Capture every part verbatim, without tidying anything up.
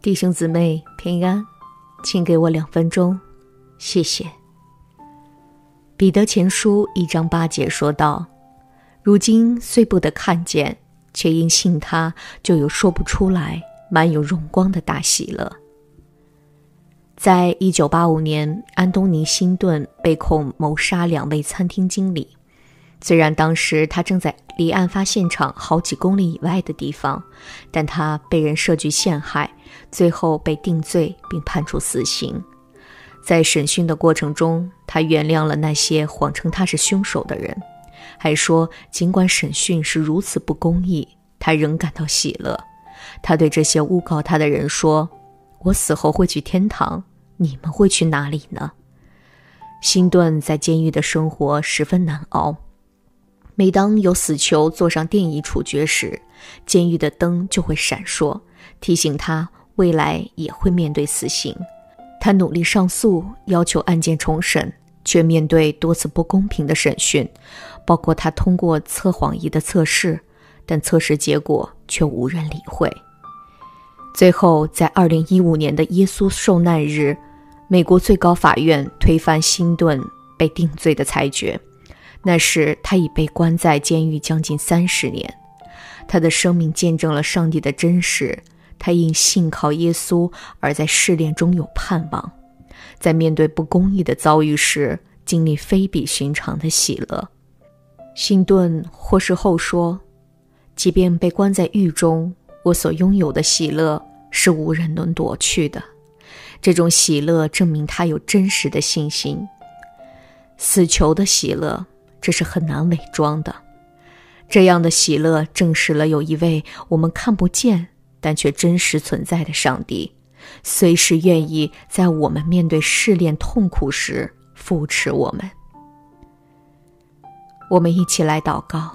弟兄姊妹平安，请给我两分钟，谢谢。彼得前书一章八节说道，如今虽不得看见，却因信他，就有说不出来满有荣光的大喜乐。在一九八五年，安东尼·辛顿被控谋杀两位餐厅经理。虽然当时他正在离案发现场好几公里以外的地方，但他被人设局陷害，最后被定罪并判处死刑。在审讯的过程中，他原谅了那些谎称他是凶手的人，还说尽管审讯是如此不公义，他仍感到喜乐。他对这些诬告他的人说，我死后会去天堂，你们会去哪里呢？辛顿在监狱的生活十分难熬，每当有死囚坐上电椅处决时，监狱的灯就会闪烁，提醒他未来也会面对死刑。他努力上诉，要求案件重审，却面对多次不公平的审讯，包括他通过测谎仪的测试，但测试结果却无人理会。最后在二零一五年的耶稣受难日，美国最高法院推翻辛顿被定罪的裁决。那时他已被关在监狱将近三十年，他的生命见证了上帝的真实，他因信靠耶稣而在试炼中有盼望，在面对不公义的遭遇时经历非比寻常的喜乐。辛顿获释后说，即便被关在狱中，我所拥有的喜乐是无人能夺去的。这种喜乐证明他有真实的信心。死囚的喜乐，这是很难伪装的。这样的喜乐证实了有一位我们看不见但却真实存在的上帝，随时愿意在我们面对试炼痛苦时扶持我们。我们一起来祷告。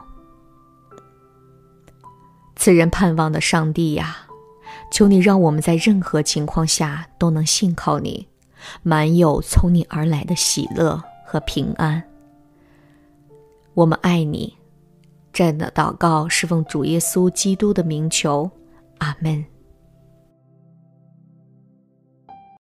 赐人盼望的上帝呀，求你让我们在任何情况下都能信靠你，满有从你而来的喜乐和平安。我们爱你，这样的祷告是奉主耶稣基督的名求，阿们。